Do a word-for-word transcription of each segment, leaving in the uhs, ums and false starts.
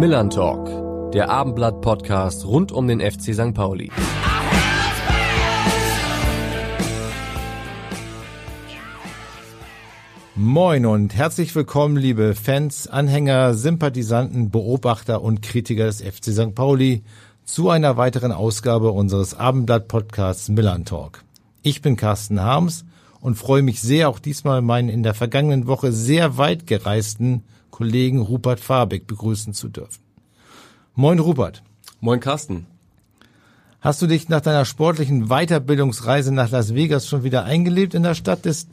Millern Talk, der Abendblatt-Podcast rund um den F C Sankt Pauli. Moin und herzlich willkommen, liebe Fans, Anhänger, Sympathisanten, Beobachter und Kritiker des F C Sankt Pauli zu einer weiteren Ausgabe unseres Abendblatt-Podcasts Millern Talk. Ich bin Carsten Harms und freue mich sehr, auch diesmal meinen in der vergangenen Woche sehr weit gereisten Kollegen Rupert Fabig begrüßen zu dürfen. Moin Rupert. Moin Carsten. Hast du dich nach deiner sportlichen Weiterbildungsreise nach Las Vegas schon wieder eingelebt in der Stadt des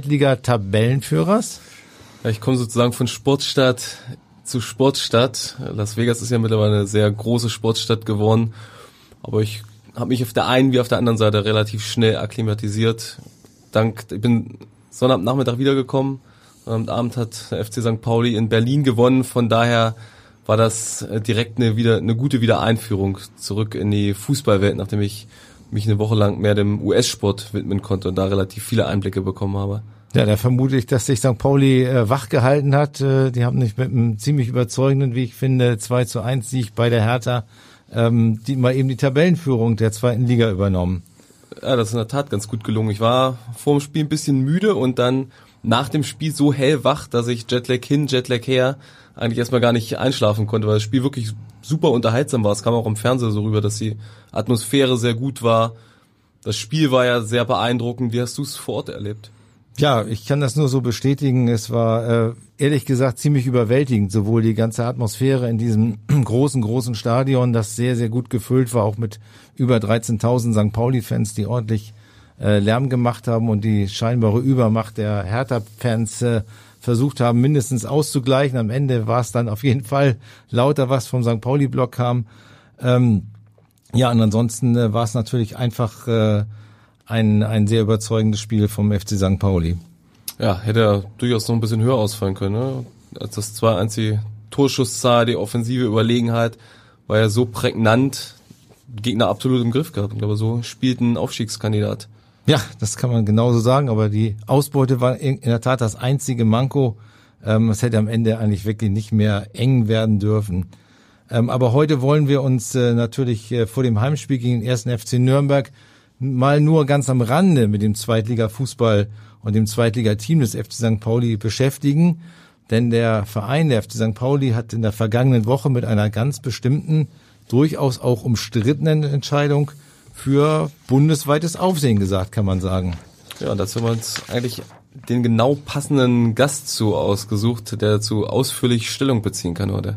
Zweitliga-Tabellenführers? Ja, ich komme sozusagen von Sportstadt zu Sportstadt. Las Vegas ist ja mittlerweile eine sehr große Sportstadt geworden, aber ich habe mich auf der einen wie auf der anderen Seite relativ schnell akklimatisiert. Dank, ich bin Sonnabendnachmittag wiedergekommen. Sonnabendabend hat der F C Sankt Pauli in Berlin gewonnen, von daher war das direkt eine wieder eine gute Wiedereinführung zurück in die Fußballwelt, nachdem ich mich eine Woche lang mehr dem U S-Sport widmen konnte und da relativ viele Einblicke bekommen habe. Ja, da vermute ich, dass sich Sankt Pauli äh, wach gehalten hat. Äh, die haben nicht mit einem ziemlich überzeugenden, wie ich finde, zwei zu eins Sieg bei der Hertha ähm, die mal eben die Tabellenführung der zweiten Liga übernommen. Ja, das ist in der Tat ganz gut gelungen. Ich war vor dem Spiel ein bisschen müde und dann nach dem Spiel so hellwach, dass ich Jetlag hin, Jetlag her eigentlich erstmal gar nicht einschlafen konnte, weil das Spiel wirklich super unterhaltsam war. Es kam auch im Fernsehen so rüber, dass die Atmosphäre sehr gut war. Das Spiel war ja sehr beeindruckend. Wie hast du es vor Ort erlebt? Ja, ich kann das nur so bestätigen. Es war äh, ehrlich gesagt ziemlich überwältigend, sowohl die ganze Atmosphäre in diesem großen, großen Stadion, das sehr, sehr gut gefüllt war, auch mit über dreizehntausend Sankt Pauli-Fans, die ordentlich äh, Lärm gemacht haben und die scheinbare Übermacht der Hertha-Fans äh, versucht haben, mindestens auszugleichen. Am Ende war es dann auf jeden Fall lauter, was vom Sankt Pauli-Block kam. Ähm, ja, und ansonsten äh, war es natürlich einfach äh, ein ein sehr überzeugendes Spiel vom F C Sankt Pauli. Ja, hätte er durchaus noch ein bisschen höher ausfallen können, ne? Als das zwei eins die Torschusszahl, die offensive Überlegenheit war ja so prägnant, Gegner absolut im Griff gehabt. Ich glaube, so spielt ein Aufstiegskandidat. Ja, das kann man genauso sagen, aber die Ausbeute war in der Tat das einzige Manko. Ähm, es hätte am Ende eigentlich wirklich nicht mehr eng werden dürfen. Ähm, aber heute wollen wir uns äh, natürlich äh, vor dem Heimspiel gegen den ersten F C Nürnberg mal nur ganz am Rande mit dem Zweitliga-Fußball und dem Zweitliga-Team des F C Sankt Pauli beschäftigen. Denn der Verein, der F C Sankt Pauli, hat in der vergangenen Woche mit einer ganz bestimmten, durchaus auch umstrittenen Entscheidung für bundesweites Aufsehen gesagt, kann man sagen. Ja, dazu haben wir uns eigentlich den genau passenden Gast zu ausgesucht, der dazu ausführlich Stellung beziehen kann heute.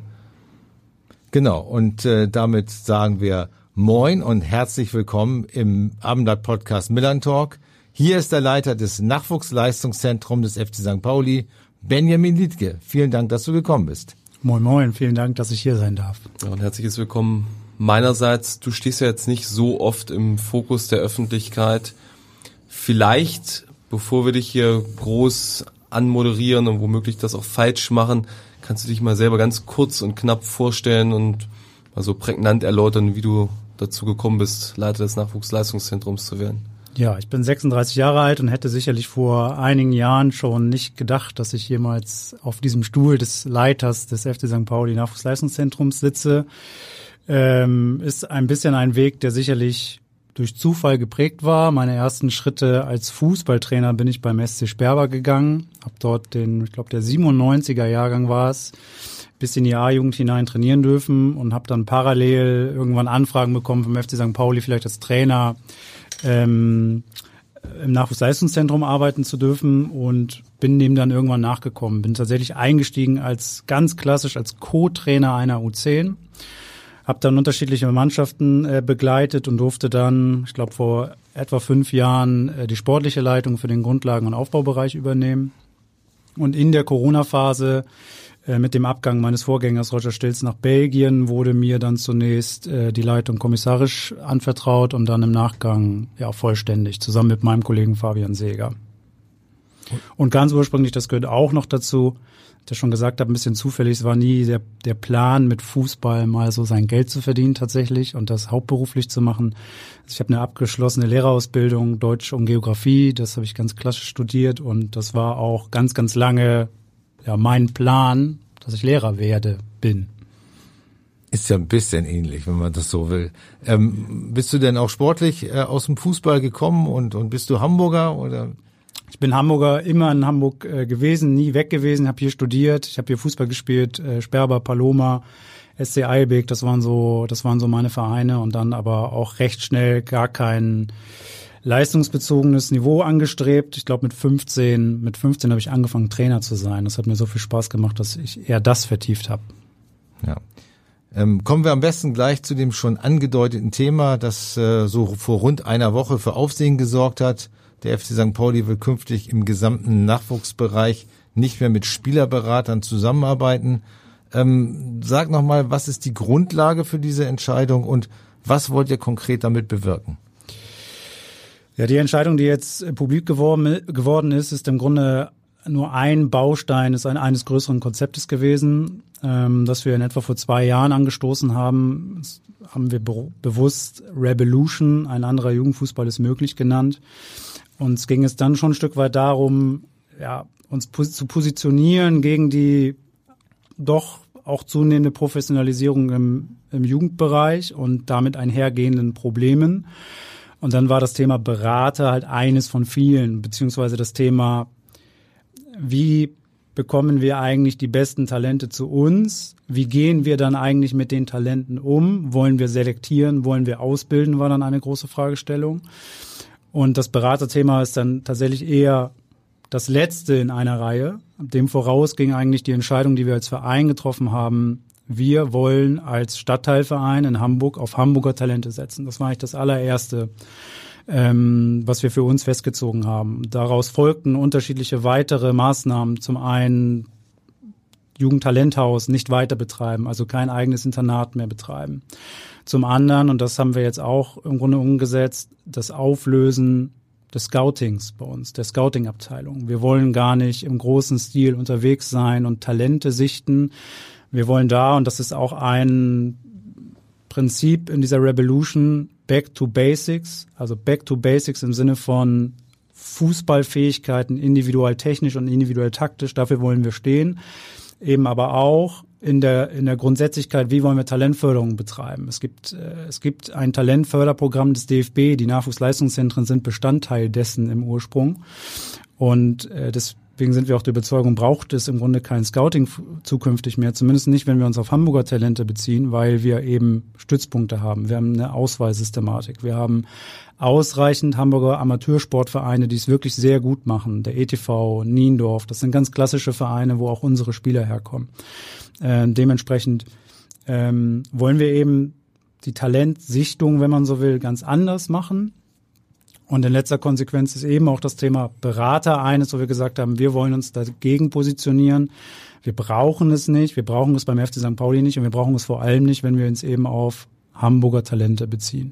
Genau, und äh, damit sagen wir Moin und herzlich willkommen im Abendblatt-Podcast Millern Talk. Hier ist der Leiter des Nachwuchsleistungszentrums des F C Sankt Pauli, Benjamin Liedtke. Vielen Dank, dass du gekommen bist. Moin Moin, vielen Dank, dass ich hier sein darf. Ja, und herzliches Willkommen meinerseits. Du stehst ja jetzt nicht so oft im Fokus der Öffentlichkeit. Vielleicht, bevor wir dich hier groß anmoderieren und womöglich das auch falsch machen, kannst du dich mal selber ganz kurz und knapp vorstellen und mal so prägnant erläutern, wie du dazu gekommen bist, Leiter des Nachwuchsleistungszentrums zu werden. Ja, ich bin sechsunddreißig Jahre alt und hätte sicherlich vor einigen Jahren schon nicht gedacht, dass ich jemals auf diesem Stuhl des Leiters des F C Sankt Pauli Nachwuchsleistungszentrums sitze. Ähm, ist ein bisschen ein Weg, der sicherlich durch Zufall geprägt war. Meine ersten Schritte als Fußballtrainer bin ich beim S C Sperber gegangen, habe dort den, ich glaube der siebenundneunziger Jahrgang war es, bis in die A-Jugend hinein trainieren dürfen und habe dann parallel irgendwann Anfragen bekommen vom F C Sankt Pauli, vielleicht als Trainer ähm, im Nachwuchsleistungszentrum arbeiten zu dürfen und bin dem dann irgendwann nachgekommen. Bin tatsächlich eingestiegen als ganz klassisch als Co-Trainer einer U zehn. Habe dann unterschiedliche Mannschaften äh, begleitet und durfte dann, ich glaube vor etwa fünf Jahren, äh, die sportliche Leitung für den Grundlagen- und Aufbaubereich übernehmen. Und in der Corona-Phase äh, mit dem Abgang meines Vorgängers Roger Stilz nach Belgien wurde mir dann zunächst äh, die Leitung kommissarisch anvertraut und dann im Nachgang ja vollständig, zusammen mit meinem Kollegen Fabian Seeger. Und ganz ursprünglich, das gehört auch noch dazu, ich ja schon gesagt habe, ein bisschen zufällig, es war nie der, der Plan, mit Fußball mal so sein Geld zu verdienen tatsächlich und das hauptberuflich zu machen. Also ich habe eine abgeschlossene Lehrerausbildung, Deutsch und Geografie, das habe ich ganz klassisch studiert und das war auch ganz, ganz lange ja mein Plan, dass ich Lehrer werde, bin. Ist ja ein bisschen ähnlich, wenn man das so will. Ähm, bist du denn auch sportlich äh, aus dem Fußball gekommen und, und bist du Hamburger oder? Ich bin Hamburger, immer in Hamburg äh, gewesen, nie weg gewesen, habe hier studiert, ich habe hier Fußball gespielt, äh, Sperber, Paloma, S C Eilbek, das waren so, das waren so meine Vereine und dann aber auch recht schnell gar kein leistungsbezogenes Niveau angestrebt. Ich glaube mit fünfzehn, mit fünfzehn habe ich angefangen Trainer zu sein. Das hat mir so viel Spaß gemacht, dass ich eher das vertieft habe. Ja. Ähm, kommen wir am besten gleich zu dem schon angedeuteten Thema, das äh, so vor rund einer Woche für Aufsehen gesorgt hat. Der F C Sankt Pauli will künftig im gesamten Nachwuchsbereich nicht mehr mit Spielerberatern zusammenarbeiten. Ähm, sag nochmal, was ist die Grundlage für diese Entscheidung und was wollt ihr konkret damit bewirken? Ja, die Entscheidung, die jetzt publik geworden, geworden ist, ist im Grunde nur ein Baustein, ist ein, eines größeren Konzeptes gewesen, ähm, das wir in etwa vor zwei Jahren angestoßen haben. Das haben wir be- bewusst Revolution, ein anderer Jugendfußball ist möglich genannt. Uns ging es dann schon ein Stück weit darum, ja, uns pos- zu positionieren gegen die doch auch zunehmende Professionalisierung im, im Jugendbereich und damit einhergehenden Problemen. Und dann war das Thema Berater halt eines von vielen, beziehungsweise das Thema, wie bekommen wir eigentlich die besten Talente zu uns? Wie gehen wir dann eigentlich mit den Talenten um? Wollen wir selektieren? Wollen wir ausbilden? War dann eine große Fragestellung. Und das Beraterthema ist dann tatsächlich eher das letzte in einer Reihe. Dem voraus ging eigentlich die Entscheidung, die wir als Verein getroffen haben. Wir wollen als Stadtteilverein in Hamburg auf Hamburger Talente setzen. Das war eigentlich das allererste, ähm, was wir für uns festgezogen haben. Daraus folgten unterschiedliche weitere Maßnahmen. Zum einen Jugendtalenthaus nicht weiter betreiben, also kein eigenes Internat mehr betreiben. Zum anderen, und das haben wir jetzt auch im Grunde umgesetzt, das Auflösen des Scoutings bei uns, der Scouting-Abteilung. Wir wollen gar nicht im großen Stil unterwegs sein und Talente sichten. Wir wollen da, und das ist auch ein Prinzip in dieser Revolution, back to basics, also back to basics im Sinne von Fußballfähigkeiten, individuell technisch und individuell taktisch, dafür wollen wir stehen. Eben aber auch in der in der Grundsätzlichkeit, wie wollen wir Talentförderung betreiben. Es gibt äh, es gibt ein Talentförderprogramm des D F B, die Nachwuchsleistungszentren sind Bestandteil dessen im Ursprung. Und äh, deswegen sind wir auch der Überzeugung, braucht es im Grunde kein Scouting f- zukünftig mehr, zumindest nicht, wenn wir uns auf Hamburger Talente beziehen, weil wir eben Stützpunkte haben. Wir haben eine Auswahlsystematik. Wir haben ausreichend Hamburger Amateursportvereine, die es wirklich sehr gut machen. Der E T V, Niendorf, das sind ganz klassische Vereine, wo auch unsere Spieler herkommen. Äh, dementsprechend ähm, wollen wir eben die Talentsichtung, wenn man so will, ganz anders machen. Und in letzter Konsequenz ist eben auch das Thema Berater eines, wo wir gesagt haben, wir wollen uns dagegen positionieren. Wir brauchen es nicht, wir brauchen es beim F C Sankt Pauli nicht und wir brauchen es vor allem nicht, wenn wir uns eben auf Hamburger Talente beziehen.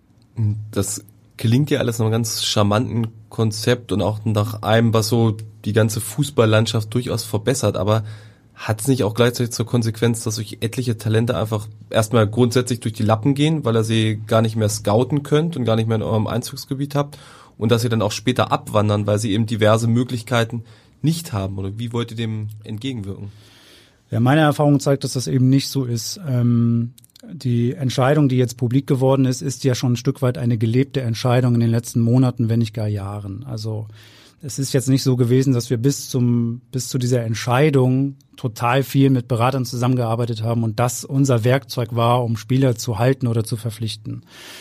Das klingt ja alles nach einem ganz charmanten Konzept und auch nach einem, was so die ganze Fußballlandschaft durchaus verbessert, aber hat es nicht auch gleichzeitig zur Konsequenz, dass euch etliche Talente einfach erstmal grundsätzlich durch die Lappen gehen, weil ihr sie gar nicht mehr scouten könnt und gar nicht mehr in eurem Einzugsgebiet habt und dass sie dann auch später abwandern, weil sie eben diverse Möglichkeiten nicht haben? Oder wie wollt ihr dem entgegenwirken? Ja, meine Erfahrung zeigt, dass das eben nicht so ist. Ähm, die Entscheidung, die jetzt publik geworden ist, ist ja schon ein Stück weit eine gelebte Entscheidung in den letzten Monaten, wenn nicht gar Jahren. Also es ist jetzt nicht so gewesen, dass wir bis zum bis zu dieser Entscheidung total viel mit Beratern zusammengearbeitet haben und das unser Werkzeug war, um Spieler zu halten oder zu verpflichten.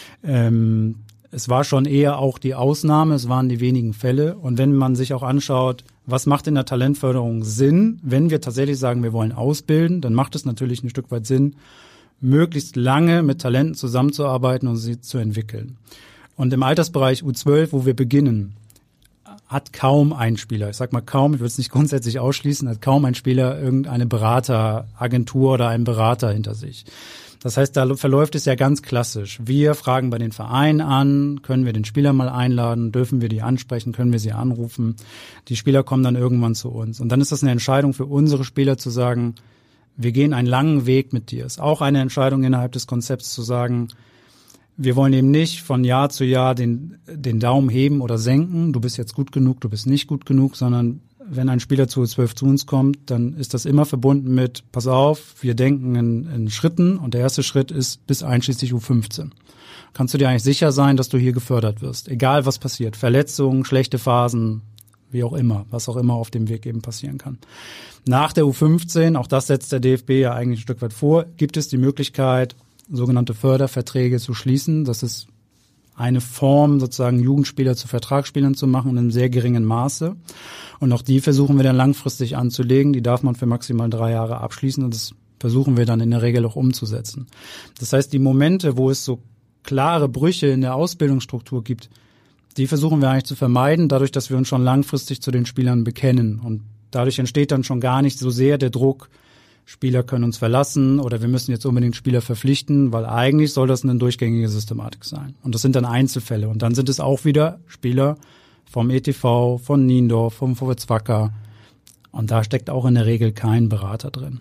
Ähm, es war schon eher auch die Ausnahme, es waren die wenigen Fälle. Und wenn man sich auch anschaut, was macht in der Talentförderung Sinn, wenn wir tatsächlich sagen, wir wollen ausbilden, dann macht es natürlich ein Stück weit Sinn, möglichst lange mit Talenten zusammenzuarbeiten und sie zu entwickeln. Und im Altersbereich U zwölf, wo wir beginnen, hat kaum ein Spieler, ich sag mal kaum, ich will es nicht grundsätzlich ausschließen, hat kaum ein Spieler irgendeine Berateragentur oder einen Berater hinter sich. Das heißt, da verläuft es ja ganz klassisch. Wir fragen bei den Vereinen an, können wir den Spieler mal einladen, dürfen wir die ansprechen, können wir sie anrufen. Die Spieler kommen dann irgendwann zu uns. Und dann ist das eine Entscheidung für unsere Spieler zu sagen, wir gehen einen langen Weg mit dir. Ist auch eine Entscheidung innerhalb des Konzepts zu sagen, wir wollen eben nicht von Jahr zu Jahr den, den Daumen heben oder senken. Du bist jetzt gut genug, du bist nicht gut genug, sondern wenn ein Spieler zu U zwölf zu uns kommt, dann ist das immer verbunden mit, pass auf, wir denken in, in Schritten und der erste Schritt ist bis einschließlich U fünfzehn. Kannst du dir eigentlich sicher sein, dass du hier gefördert wirst, egal was passiert, Verletzungen, schlechte Phasen, wie auch immer, was auch immer auf dem Weg eben passieren kann. Nach der U fünfzehn, auch das setzt der D F B ja eigentlich ein Stück weit vor, gibt es die Möglichkeit, sogenannte Förderverträge zu schließen. Das ist eine Form, sozusagen Jugendspieler zu Vertragsspielern zu machen in einem sehr geringen Maße. Und auch die versuchen wir dann langfristig anzulegen. Die darf man für maximal drei Jahre abschließen und das versuchen wir dann in der Regel auch umzusetzen. Das heißt, die Momente, wo es so klare Brüche in der Ausbildungsstruktur gibt, die versuchen wir eigentlich zu vermeiden, dadurch, dass wir uns schon langfristig zu den Spielern bekennen. Und dadurch entsteht dann schon gar nicht so sehr der Druck, Spieler können uns verlassen oder wir müssen jetzt unbedingt Spieler verpflichten, weil eigentlich soll das eine durchgängige Systematik sein. Und das sind dann Einzelfälle. Und dann sind es auch wieder Spieler vom E T V, von Niendorf, vom Vorwärts Wacker. Und da steckt auch in der Regel kein Berater drin.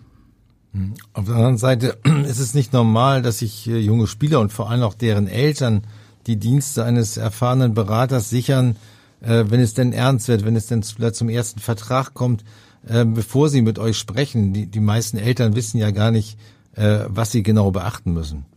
Auf der anderen Seite ist es nicht normal, dass sich junge Spieler und vor allem auch deren Eltern die Dienste eines erfahrenen Beraters sichern, wenn es denn ernst wird, wenn es denn zum ersten Vertrag kommt, bevor sie mit euch sprechen. Die, die meisten Eltern wissen ja gar nicht, was sie genau beachten müssen.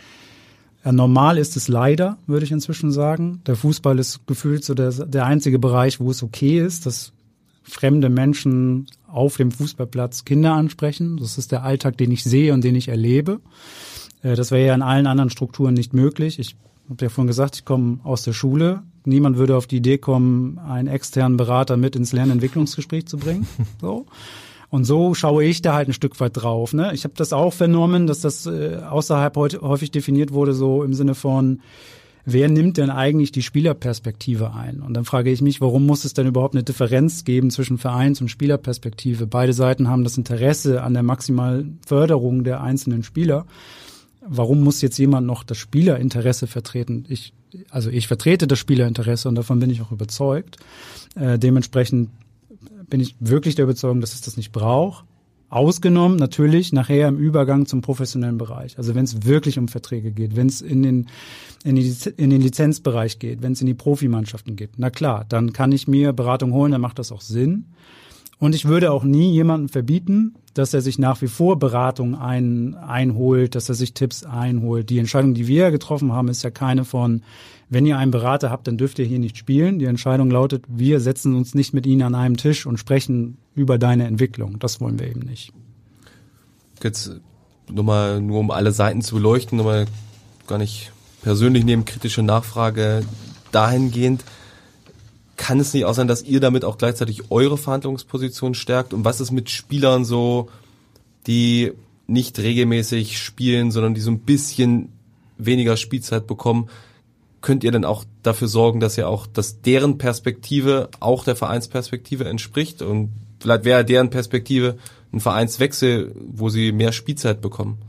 Ja, normal ist es leider, würde ich inzwischen sagen. Der Fußball ist gefühlt so der, der einzige Bereich, wo es okay ist, dass fremde Menschen auf dem Fußballplatz Kinder ansprechen. Das ist der Alltag, den ich sehe und den ich erlebe. Das wäre ja in allen anderen Strukturen nicht möglich. Ich habe ja vorhin gesagt, ich komme aus der Schule. Niemand würde auf die Idee kommen, einen externen Berater mit ins Lernentwicklungsgespräch zu bringen. So. Und so schaue ich da halt ein Stück weit drauf. Ne? Ich habe das auch vernommen, dass das äh, außerhalb heute häufig definiert wurde, so im Sinne von, wer nimmt denn eigentlich die Spielerperspektive ein? Und dann frage ich mich, warum muss es denn überhaupt eine Differenz geben zwischen Vereins- und Spielerperspektive? Beide Seiten haben das Interesse an der maximalen Förderung der einzelnen Spieler. Warum muss jetzt jemand noch das Spielerinteresse vertreten? Ich, also ich vertrete das Spielerinteresse und davon bin ich auch überzeugt. Äh, dementsprechend bin ich wirklich der Überzeugung, dass es das nicht braucht. Ausgenommen natürlich nachher im Übergang zum professionellen Bereich. Also wenn es wirklich um Verträge geht, wenn es in den, in, die, in den Lizenzbereich geht, wenn es in die Profimannschaften geht, na klar, dann kann ich mir Beratung holen, dann macht das auch Sinn. Und ich würde auch nie jemandem verbieten, dass er sich nach wie vor Beratung ein, einholt, dass er sich Tipps einholt. Die Entscheidung, die wir getroffen haben, ist ja keine von, wenn ihr einen Berater habt, dann dürft ihr hier nicht spielen. Die Entscheidung lautet, wir setzen uns nicht mit Ihnen an einem Tisch und sprechen über deine Entwicklung. Das wollen wir eben nicht. Jetzt nochmal, nur um alle Seiten zu beleuchten, nochmal gar nicht persönlich nehmen, kritische Nachfrage dahingehend. Kann es nicht auch sein, dass ihr damit auch gleichzeitig eure Verhandlungsposition stärkt? Und was ist mit Spielern so, die nicht regelmäßig spielen, sondern die so ein bisschen weniger Spielzeit bekommen? Könnt ihr denn auch dafür sorgen, dass ihr auch, dass deren Perspektive auch der Vereinsperspektive entspricht? Und vielleicht wäre deren Perspektive ein Vereinswechsel, wo sie mehr Spielzeit bekommen?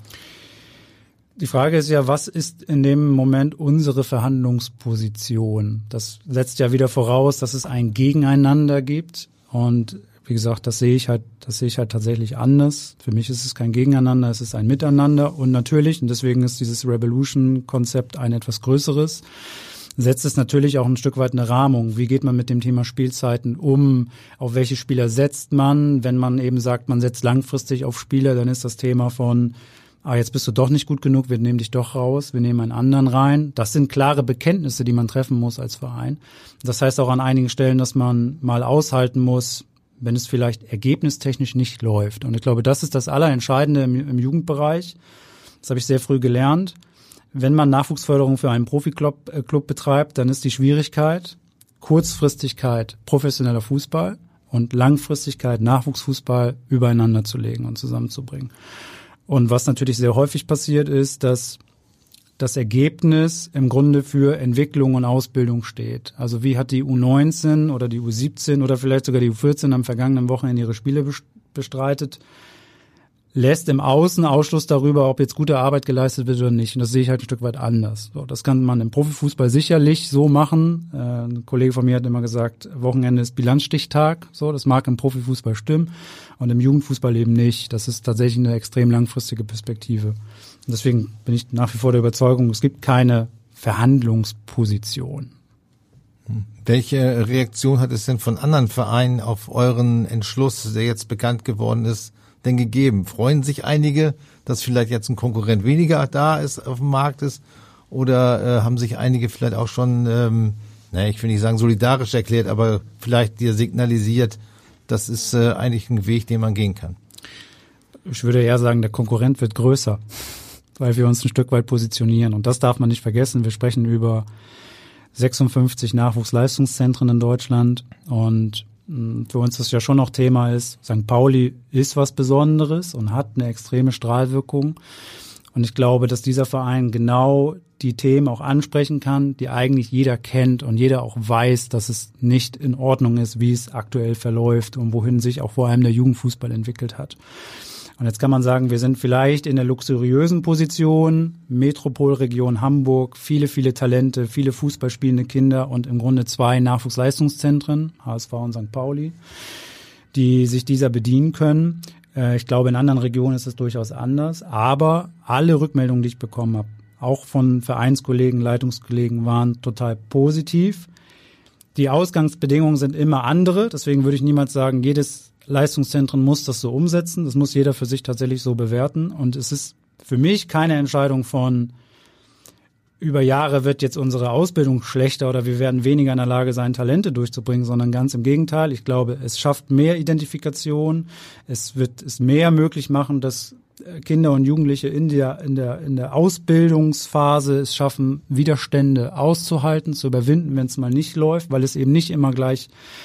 Die Frage ist ja, was ist in dem Moment unsere Verhandlungsposition? Das setzt ja wieder voraus, dass es ein Gegeneinander gibt. Und wie gesagt, das sehe ich halt, das sehe ich halt tatsächlich anders. Für mich ist es kein Gegeneinander, es ist ein Miteinander. Und natürlich, und deswegen ist dieses Revolution-Konzept ein etwas größeres, setzt es natürlich auch ein Stück weit eine Rahmung. Wie geht man mit dem Thema Spielzeiten um? Auf welche Spieler setzt man? Wenn man eben sagt, man setzt langfristig auf Spieler, dann ist das Thema von, ah, jetzt bist du doch nicht gut genug, wir nehmen dich doch raus, wir nehmen einen anderen rein. Das sind klare Bekenntnisse, die man treffen muss als Verein. Das heißt auch an einigen Stellen, dass man mal aushalten muss, wenn es vielleicht ergebnistechnisch nicht läuft. Und ich glaube, das ist das Allerentscheidende im, im Jugendbereich. Das habe ich sehr früh gelernt. Wenn man Nachwuchsförderung für einen Profiklub äh, Club betreibt, dann ist die Schwierigkeit, Kurzfristigkeit professioneller Fußball und Langfristigkeit Nachwuchsfußball übereinander zu legen und zusammenzubringen. Und was natürlich sehr häufig passiert ist, dass das Ergebnis im Grunde für Entwicklung und Ausbildung steht. Also wie hat die U neunzehn oder die U siebzehn oder vielleicht sogar die U vierzehn am vergangenen Wochenende ihre Spiele bestreitet, lässt im Außen Ausschluss darüber, ob jetzt gute Arbeit geleistet wird oder nicht. Und das sehe ich halt ein Stück weit anders. So, das kann man im Profifußball sicherlich so machen. Äh, ein Kollege von mir hat immer gesagt, Wochenende ist Bilanzstichtag. So, das mag im Profifußball stimmen und im Jugendfußball eben nicht. Das ist tatsächlich eine extrem langfristige Perspektive. Und deswegen bin ich nach wie vor der Überzeugung, es gibt keine Verhandlungsposition. Welche Reaktion hat es denn von anderen Vereinen auf euren Entschluss, der jetzt bekannt geworden ist, denn gegeben? Freuen sich einige, dass vielleicht jetzt ein Konkurrent weniger da ist, auf dem Markt ist? Oder äh, haben sich einige vielleicht auch schon, ähm, naja, ich will nicht sagen solidarisch erklärt, aber vielleicht dir signalisiert, das ist äh, eigentlich ein Weg, den man gehen kann? Ich würde eher sagen, der Konkurrent wird größer, weil wir uns ein Stück weit positionieren. Und das darf man nicht vergessen. Wir sprechen über sechsundfünfzig Nachwuchsleistungszentren in Deutschland. Und mh, für uns das ja schon noch Thema ist, Sankt Pauli ist was Besonderes und hat eine extreme Strahlwirkung. Und ich glaube, dass dieser Verein genau die Themen auch ansprechen kann, die eigentlich jeder kennt und jeder auch weiß, dass es nicht in Ordnung ist, wie es aktuell verläuft und wohin sich auch vor allem der Jugendfußball entwickelt hat. Und jetzt kann man sagen, wir sind vielleicht in der luxuriösen Position, Metropolregion Hamburg, viele, viele Talente, viele fußballspielende Kinder und im Grunde zwei Nachwuchsleistungszentren, H S V und Sankt Pauli, die sich dieser bedienen können. Ich glaube, in anderen Regionen ist es durchaus anders, aber alle Rückmeldungen, die ich bekommen habe, auch von Vereinskollegen, Leitungskollegen, waren total positiv. Die Ausgangsbedingungen sind immer andere, deswegen würde ich niemals sagen, jedes Leistungszentrum muss das so umsetzen. Das muss jeder für sich tatsächlich so bewerten. Und es ist für mich keine Entscheidung von, über Jahre wird jetzt unsere Ausbildung schlechter oder wir werden weniger in der Lage sein, Talente durchzubringen, sondern ganz im Gegenteil. Ich glaube, es schafft mehr Identifikation. Es wird es mehr möglich machen, dass Kinder und Jugendliche in der, in der, in der Ausbildungsphase es schaffen, Widerstände auszuhalten, zu überwinden, wenn es mal nicht läuft, weil es eben nicht immer gleich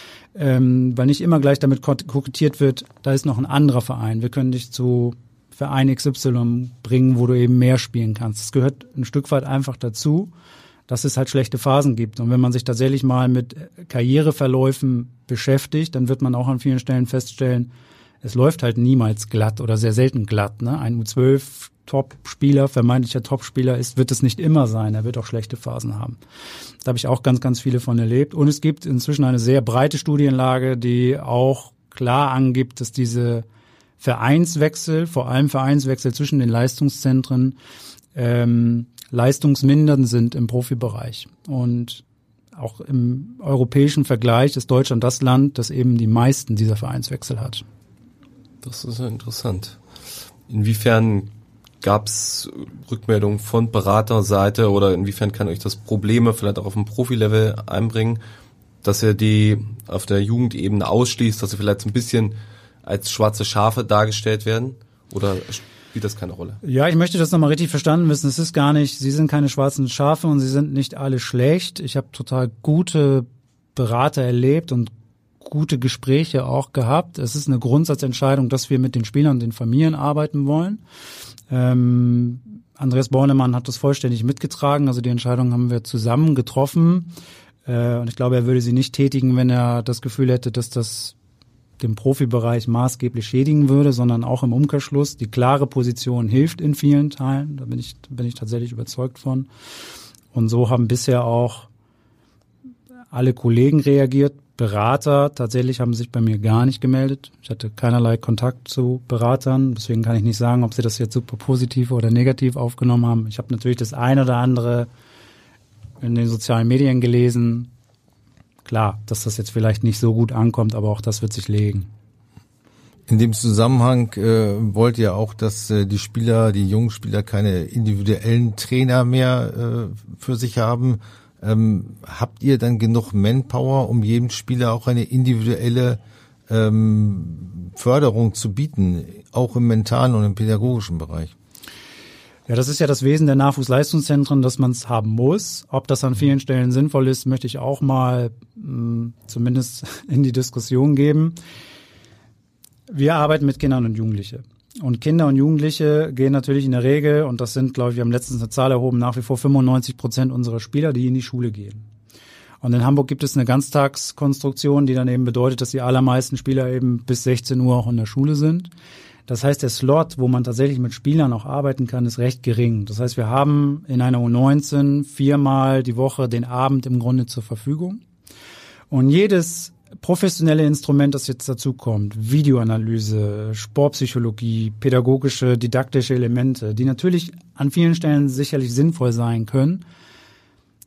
Ähm, weil nicht immer gleich damit kokettiert wird, da ist noch ein anderer Verein. Wir können dich zu Verein X Y bringen, wo du eben mehr spielen kannst. Es gehört ein Stück weit einfach dazu, dass es halt schlechte Phasen gibt. Und wenn man sich tatsächlich mal mit Karriereverläufen beschäftigt, dann wird man auch an vielen Stellen feststellen, es läuft halt niemals glatt oder sehr selten glatt. Ne? Ein U zwölf Top-Spieler, vermeintlicher Top-Spieler ist, wird es nicht immer sein. Er wird auch schlechte Phasen haben. Da habe ich auch ganz, ganz viele von erlebt. Und es gibt inzwischen eine sehr breite Studienlage, die auch klar angibt, dass diese Vereinswechsel, vor allem Vereinswechsel zwischen den Leistungszentren, ähm, leistungsmindernd sind im Profibereich. Und auch im europäischen Vergleich ist Deutschland das Land, das eben die meisten dieser Vereinswechsel hat. Das ist ja interessant. Inwiefern gab es Rückmeldungen von Beraterseite oder inwiefern kann euch das Probleme vielleicht auch auf dem Profilevel einbringen, dass ihr die auf der Jugendebene ausschließt, dass sie vielleicht so ein bisschen als schwarze Schafe dargestellt werden? Oder spielt das keine Rolle? Ja, ich möchte das nochmal richtig verstanden wissen. Es ist gar nicht, sie sind keine schwarzen Schafe und sie sind nicht alle schlecht. Ich habe total gute Berater erlebt und gute Gespräche auch gehabt. Es ist eine Grundsatzentscheidung, dass wir mit den Spielern und den Familien arbeiten wollen. Ähm, Andreas Bornemann hat das vollständig mitgetragen, also die Entscheidung haben wir zusammen getroffen äh, und ich glaube, er würde sie nicht tätigen, wenn er das Gefühl hätte, dass das den Profibereich maßgeblich schädigen würde, sondern auch im Umkehrschluss. Die klare Position hilft in vielen Teilen, da bin ich, bin ich tatsächlich überzeugt von. Und so haben bisher auch alle Kollegen reagiert. Berater tatsächlich haben sich bei mir gar nicht gemeldet. Ich hatte keinerlei Kontakt zu Beratern, deswegen kann ich nicht sagen, ob sie das jetzt super positiv oder negativ aufgenommen haben. Ich habe natürlich das eine oder andere in den sozialen Medien gelesen. Klar, dass das jetzt vielleicht nicht so gut ankommt, aber auch das wird sich legen. In dem Zusammenhang äh, wollt ihr auch, dass äh, die Spieler, die jungen Spieler keine individuellen Trainer mehr äh, für sich haben. Ähm, habt ihr dann genug Manpower, um jedem Spieler auch eine individuelle ähm, Förderung zu bieten, auch im mentalen und im pädagogischen Bereich? Ja, das ist ja das Wesen der Nachwuchsleistungszentren, dass man es haben muss. Ob das an vielen Stellen sinnvoll ist, möchte ich auch mal mh, zumindest in die Diskussion geben. Wir arbeiten mit Kindern und Jugendlichen. Und Kinder und Jugendliche gehen natürlich in der Regel, und das sind, glaube ich, wir haben letztens eine Zahl erhoben, nach wie vor fünfundneunzig Prozent unserer Spieler, die in die Schule gehen. Und in Hamburg gibt es eine Ganztagskonstruktion, die dann eben bedeutet, dass die allermeisten Spieler eben bis sechzehn Uhr auch in der Schule sind. Das heißt, der Slot, wo man tatsächlich mit Spielern auch arbeiten kann, ist recht gering. Das heißt, wir haben in einer U neunzehn viermal die Woche den Abend im Grunde zur Verfügung. Und jedes professionelle Instrument, das jetzt dazu kommt, Videoanalyse, Sportpsychologie, pädagogische, didaktische Elemente, die natürlich an vielen Stellen sicherlich sinnvoll sein können,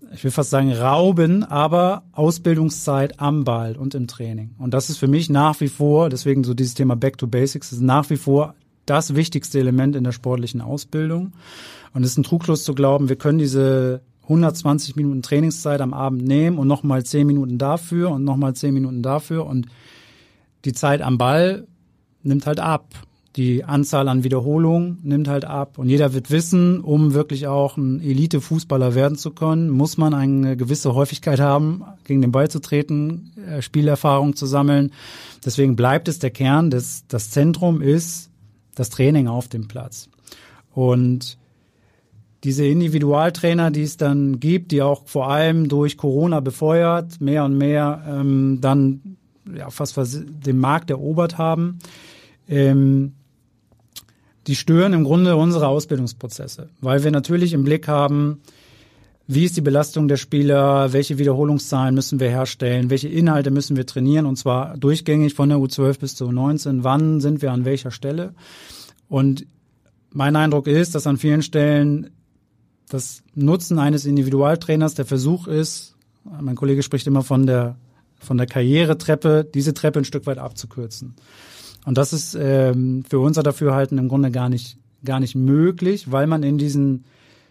ich will fast sagen rauben, aber Ausbildungszeit am Ball und im Training. Und das ist für mich nach wie vor, deswegen so dieses Thema Back to Basics, ist nach wie vor das wichtigste Element in der sportlichen Ausbildung. Und es ist ein Trugschluss zu glauben, wir können diese hundertzwanzig Minuten Trainingszeit am Abend nehmen und nochmal zehn Minuten dafür und nochmal zehn Minuten dafür. Und die Zeit am Ball nimmt halt ab. Die Anzahl an Wiederholungen nimmt halt ab. Und jeder wird wissen, um wirklich auch ein Elite-Fußballer werden zu können, muss man eine gewisse Häufigkeit haben, gegen den Ball zu treten, Spielerfahrung zu sammeln. Deswegen bleibt es der Kern. Das, das Zentrum ist das Training auf dem Platz. Und diese Individualtrainer, die es dann gibt, die auch vor allem durch Corona befeuert, mehr und mehr ähm, dann ja fast den Markt erobert haben, ähm, die stören im Grunde unsere Ausbildungsprozesse, weil wir natürlich im Blick haben, wie ist die Belastung der Spieler, welche Wiederholungszahlen müssen wir herstellen, welche Inhalte müssen wir trainieren, und zwar durchgängig von der U zwölf bis zur U neunzehn, wann sind wir an welcher Stelle. Und mein Eindruck ist, dass an vielen Stellen das Nutzen eines Individualtrainers der Versuch ist, mein Kollege spricht immer von der von der Karrieretreppe, diese Treppe ein Stück weit abzukürzen. Und das ist ähm, für unser Dafürhalten im Grunde gar nicht gar nicht möglich, weil man in diesen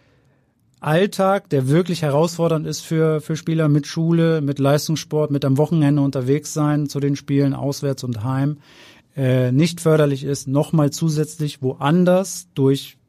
Alltag, der wirklich herausfordernd ist für für Spieler mit Schule, mit Leistungssport, mit am Wochenende unterwegs sein zu den Spielen, auswärts und heim, äh, nicht förderlich ist, nochmal zusätzlich woanders durch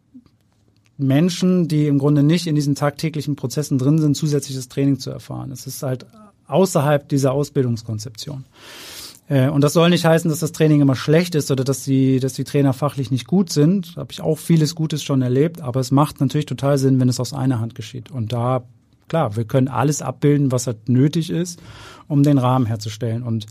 Menschen, die im Grunde nicht in diesen tagtäglichen Prozessen drin sind, zusätzliches Training zu erfahren. Es ist halt außerhalb dieser Ausbildungskonzeption. Und das soll nicht heißen, dass das Training immer schlecht ist oder dass die, dass die Trainer fachlich nicht gut sind. Da habe ich auch vieles Gutes schon erlebt, aber es macht natürlich total Sinn, wenn es aus einer Hand geschieht. Und da, klar, wir können alles abbilden, was halt nötig ist, um den Rahmen herzustellen. Und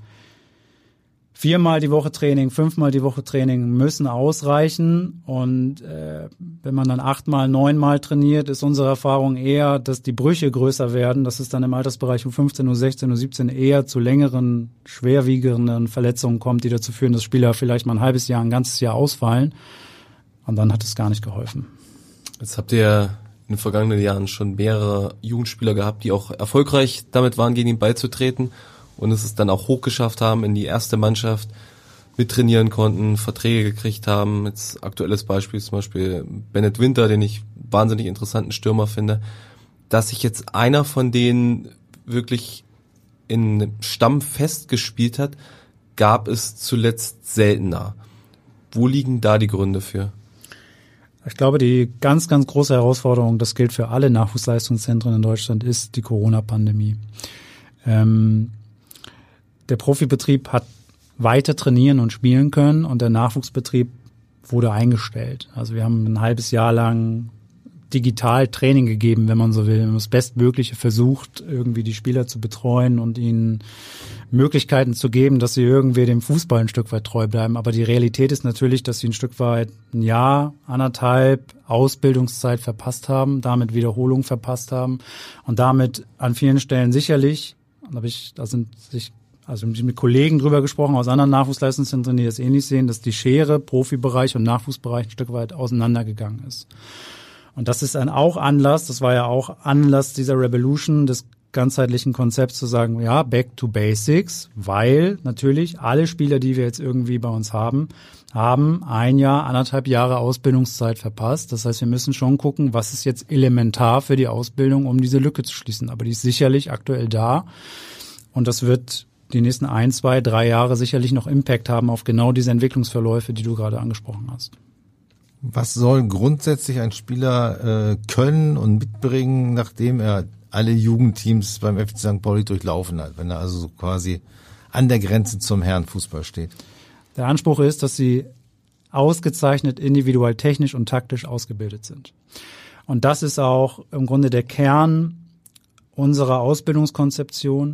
viermal die Woche Training, fünfmal die Woche Training müssen ausreichen. Und äh, wenn man dann achtmal, neunmal trainiert, ist unsere Erfahrung eher, dass die Brüche größer werden, dass es dann im Altersbereich U fünfzehn, U sechzehn, U siebzehn eher zu längeren, schwerwiegenden Verletzungen kommt, die dazu führen, dass Spieler vielleicht mal ein halbes Jahr, ein ganzes Jahr ausfallen. Und dann hat es gar nicht geholfen. Jetzt habt ihr in den vergangenen Jahren schon mehrere Jugendspieler gehabt, die auch erfolgreich damit waren, gegen ihn beizutreten. Und es dann auch hochgeschafft haben in die erste Mannschaft, mittrainieren konnten, Verträge gekriegt haben. Jetzt aktuelles Beispiel zum Beispiel Bennett Winter, den ich wahnsinnig interessanten Stürmer finde. Dass sich jetzt einer von denen wirklich in Stamm festgespielt hat, gab es zuletzt seltener. Wo liegen da die Gründe für? Ich glaube, die ganz, ganz große Herausforderung, das gilt für alle Nachwuchsleistungszentren in Deutschland, ist die Corona-Pandemie. Ähm, Der Profibetrieb hat weiter trainieren und spielen können und der Nachwuchsbetrieb wurde eingestellt. Also wir haben ein halbes Jahr lang digital Training gegeben, wenn man so will. Wir haben das Bestmögliche versucht, irgendwie die Spieler zu betreuen und ihnen Möglichkeiten zu geben, dass sie irgendwie dem Fußball ein Stück weit treu bleiben. Aber die Realität ist natürlich, dass sie ein Stück weit ein Jahr, anderthalb Ausbildungszeit verpasst haben, damit Wiederholung verpasst haben und damit an vielen Stellen sicherlich, da habe ich, da sind sich Also mit Kollegen drüber gesprochen aus anderen Nachwuchsleistungszentren, die das ähnlich sehen, dass die Schere Profibereich und Nachwuchsbereich ein Stück weit auseinandergegangen ist. Und das ist dann auch Anlass, das war ja auch Anlass dieser Revolution, des ganzheitlichen Konzepts zu sagen, ja, back to basics, weil natürlich alle Spieler, die wir jetzt irgendwie bei uns haben, haben ein Jahr, anderthalb Jahre Ausbildungszeit verpasst. Das heißt, wir müssen schon gucken, was ist jetzt elementar für die Ausbildung, um diese Lücke zu schließen. Aber die ist sicherlich aktuell da und das wird die nächsten ein, zwei, drei Jahre sicherlich noch Impact haben auf genau diese Entwicklungsverläufe, die du gerade angesprochen hast. Was soll grundsätzlich ein Spieler äh, können und mitbringen, nachdem er alle Jugendteams beim F C Sankt Pauli durchlaufen hat, wenn er also so quasi an der Grenze zum Herrenfußball steht? Der Anspruch ist, dass sie ausgezeichnet individuell technisch und taktisch ausgebildet sind. Und das ist auch im Grunde der Kern unserer Ausbildungskonzeption.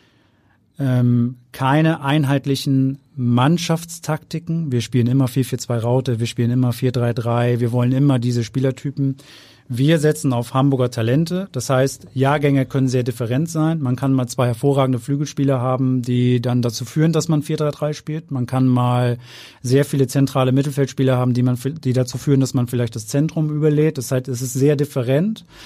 Ähm, keine einheitlichen Mannschaftstaktiken. Wir spielen immer vier vier zwei Raute, wir spielen immer vier drei drei, wir wollen immer diese Spielertypen. Wir setzen auf Hamburger Talente. Das heißt, Jahrgänge können sehr different sein. Man kann mal zwei hervorragende Flügelspieler haben, die dann dazu führen, dass man vier drei drei spielt. Man kann mal sehr viele zentrale Mittelfeldspieler haben, die man, die dazu führen, dass man vielleicht das Zentrum überlädt. Das heißt, es ist sehr different.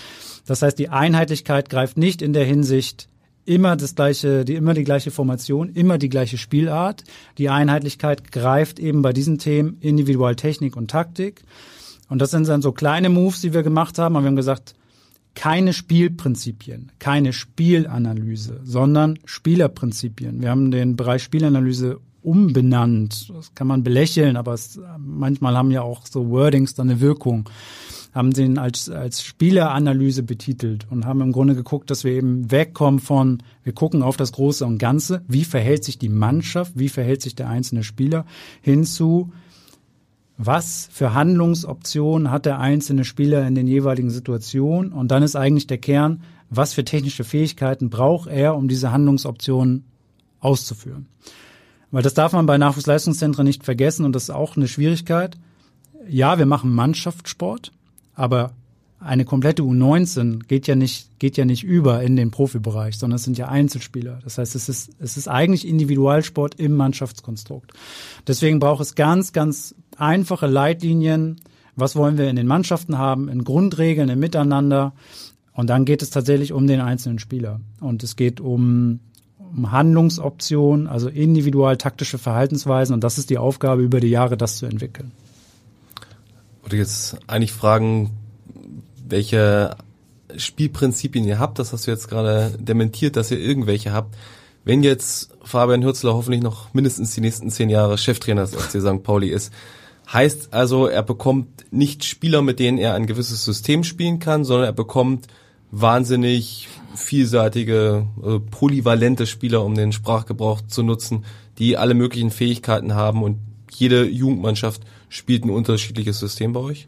Das heißt, die Einheitlichkeit greift nicht in der Hinsicht immer das gleiche, die, immer die gleiche Formation, immer die gleiche Spielart. Die Einheitlichkeit greift eben bei diesen Themen Individualtechnik und Taktik. Und das sind dann so kleine Moves, die wir gemacht haben. Aber wir haben gesagt, keine Spielprinzipien, keine Spielanalyse, sondern Spielerprinzipien. Wir haben den Bereich Spielanalyse umbenannt. Das kann man belächeln, aber es, manchmal haben ja auch so Wordings dann eine Wirkung. Haben den als, als Spieleranalyse betitelt und haben im Grunde geguckt, dass wir eben wegkommen von, wir gucken auf das Große und Ganze, wie verhält sich die Mannschaft, wie verhält sich der einzelne Spieler, hinzu, was für Handlungsoptionen hat der einzelne Spieler in den jeweiligen Situationen, und dann ist eigentlich der Kern, was für technische Fähigkeiten braucht er, um diese Handlungsoptionen auszuführen. Weil das darf man bei Nachwuchsleistungszentren nicht vergessen, und das ist auch eine Schwierigkeit. Ja, wir machen Mannschaftssport, aber eine komplette U neunzehn geht ja nicht, geht ja nicht über in den Profibereich, sondern es sind ja Einzelspieler. Das heißt, es ist, es ist eigentlich Individualsport im Mannschaftskonstrukt. Deswegen braucht es ganz, ganz einfache Leitlinien. Was wollen wir in den Mannschaften haben, in Grundregeln, im Miteinander? Und dann geht es tatsächlich um den einzelnen Spieler. Und es geht um, um Handlungsoptionen, also individual taktische Verhaltensweisen. Und das ist die Aufgabe über die Jahre, das zu entwickeln. Ich würde jetzt eigentlich fragen, welche Spielprinzipien ihr habt. Das hast du jetzt gerade dementiert, dass ihr irgendwelche habt. Wenn jetzt Fabian Hürzeler hoffentlich noch mindestens die nächsten zehn Jahre Cheftrainer des F C Sankt Pauli ist, heißt also, er bekommt nicht Spieler, mit denen er ein gewisses System spielen kann, sondern er bekommt wahnsinnig vielseitige, äh, polyvalente Spieler, um den Sprachgebrauch zu nutzen, die alle möglichen Fähigkeiten haben, und jede Jugendmannschaft spielt ein unterschiedliches System bei euch?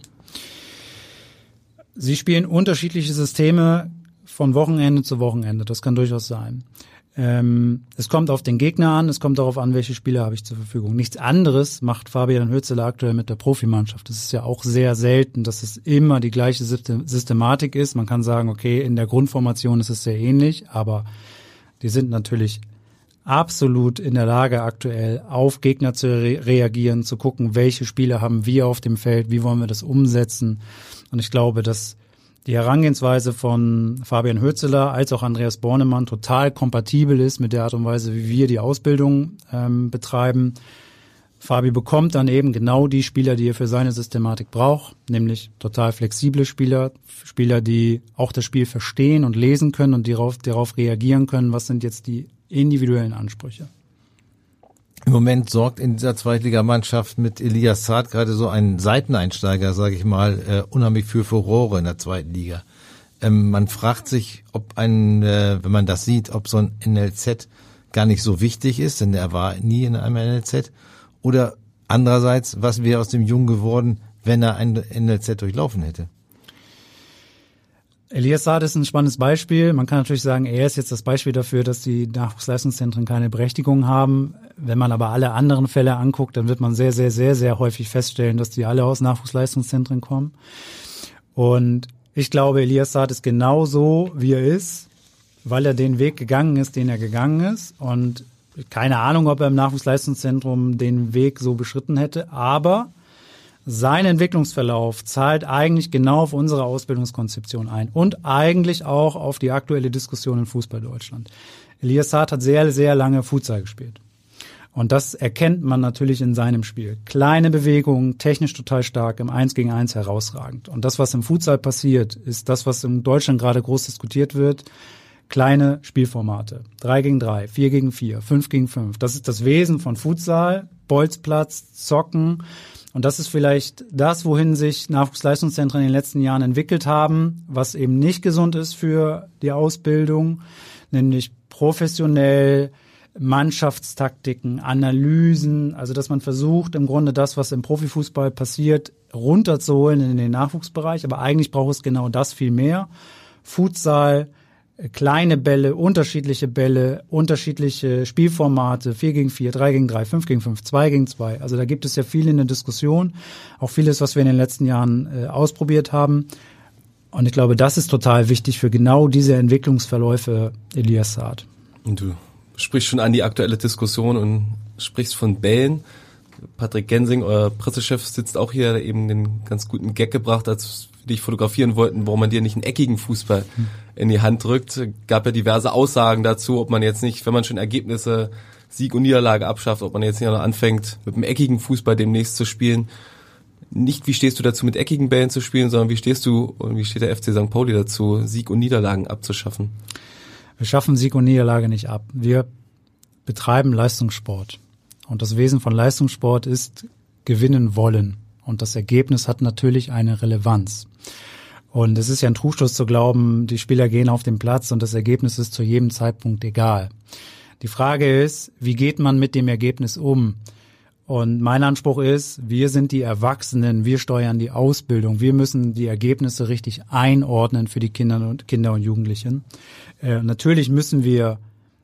Sie spielen unterschiedliche Systeme von Wochenende zu Wochenende. Das kann durchaus sein. Ähm, es kommt auf den Gegner an, es kommt darauf an, welche Spieler habe ich zur Verfügung. Nichts anderes macht Fabian Hürzeler aktuell mit der Profimannschaft. Das ist ja auch sehr selten, dass es immer die gleiche Systematik ist. Man kann sagen, okay, in der Grundformation ist es sehr ähnlich, aber die sind natürlich absolut in der Lage, aktuell auf Gegner zu re- reagieren, zu gucken, welche Spieler haben wir auf dem Feld, wie wollen wir das umsetzen. Und ich glaube, dass die Herangehensweise von Fabian Hürzeler als auch Andreas Bornemann total kompatibel ist mit der Art und Weise, wie wir die Ausbildung ähm, betreiben. Fabi bekommt dann eben genau die Spieler, die er für seine Systematik braucht, nämlich total flexible Spieler, Spieler, die auch das Spiel verstehen und lesen können und darauf, darauf reagieren können, was sind jetzt die individuellen Ansprüche. Im Moment sorgt in dieser Zweitligamannschaft mit Elias Saad gerade so ein Seiteneinsteiger, sage ich mal, äh, unheimlich für Furore in der zweiten Liga. Ähm, man fragt sich, ob ein, äh, wenn man das sieht, ob so ein N L Z gar nicht so wichtig ist, denn er war nie in einem N L Z. Oder andererseits, was wäre aus dem Jungen geworden, wenn er ein N L Z durchlaufen hätte? Elias Saad ist ein spannendes Beispiel. Man kann natürlich sagen, er ist jetzt das Beispiel dafür, dass die Nachwuchsleistungszentren keine Berechtigung haben. Wenn man aber alle anderen Fälle anguckt, dann wird man sehr, sehr, sehr, sehr häufig feststellen, dass die alle aus Nachwuchsleistungszentren kommen. Und ich glaube, Elias Saad ist genauso, wie er ist, weil er den Weg gegangen ist, den er gegangen ist. Und keine Ahnung, ob er im Nachwuchsleistungszentrum den Weg so beschritten hätte, aber sein Entwicklungsverlauf zahlt eigentlich genau auf unsere Ausbildungskonzeption ein und eigentlich auch auf die aktuelle Diskussion in Fußball Deutschland. Elias Saad hat sehr, sehr lange Futsal gespielt. Und das erkennt man natürlich in seinem Spiel. Kleine Bewegungen, technisch total stark, im Eins gegen Eins herausragend. Und das, was im Futsal passiert, ist das, was in Deutschland gerade groß diskutiert wird. Kleine Spielformate. Drei gegen drei, vier gegen vier, fünf gegen fünf. Das ist das Wesen von Futsal, Bolzplatz, Zocken. Und das ist vielleicht das, wohin sich Nachwuchsleistungszentren in den letzten Jahren entwickelt haben, was eben nicht gesund ist für die Ausbildung, nämlich professionell, Mannschaftstaktiken, Analysen, also dass man versucht, im Grunde das, was im Profifußball passiert, runterzuholen in den Nachwuchsbereich. Aber eigentlich braucht es genau das viel mehr. Futsal, kleine Bälle, unterschiedliche Bälle, unterschiedliche Spielformate, vier gegen vier, drei gegen drei, fünf gegen fünf, zwei gegen zwei. Also da gibt es ja viel in der Diskussion, auch vieles, was wir in den letzten Jahren äh, ausprobiert haben. Und ich glaube, das ist total wichtig für genau diese Entwicklungsverläufe Elias Saad. Und du sprichst schon an die aktuelle Diskussion und sprichst von Bällen. Patrick Gensing, euer Pressechef, sitzt auch hier, der eben den ganz guten Gag gebracht hat. dich fotografieren wollten, warum man dir nicht einen eckigen Fußball in die Hand drückt. Gab ja diverse Aussagen dazu, ob man jetzt nicht, wenn man schon Ergebnisse, Sieg und Niederlage abschafft, ob man jetzt nicht noch anfängt, mit einem eckigen Fußball demnächst zu spielen. Nicht, wie stehst du dazu, mit eckigen Bällen zu spielen, sondern wie stehst du und wie steht der F C Sankt Pauli dazu, Sieg und Niederlagen abzuschaffen? Wir schaffen Sieg und Niederlage nicht ab. Wir betreiben Leistungssport. Und das Wesen von Leistungssport ist gewinnen wollen. Und das Ergebnis hat natürlich eine Relevanz. Und es ist ja ein Trugschluss zu glauben, die Spieler gehen auf den Platz und das Ergebnis ist zu jedem Zeitpunkt egal. Die Frage ist, wie geht man mit dem Ergebnis um? Und mein Anspruch ist, wir sind die Erwachsenen, wir steuern die Ausbildung, wir müssen die Ergebnisse richtig einordnen für die Kinder und Kinder und Jugendlichen. Äh, natürlich müssen wir,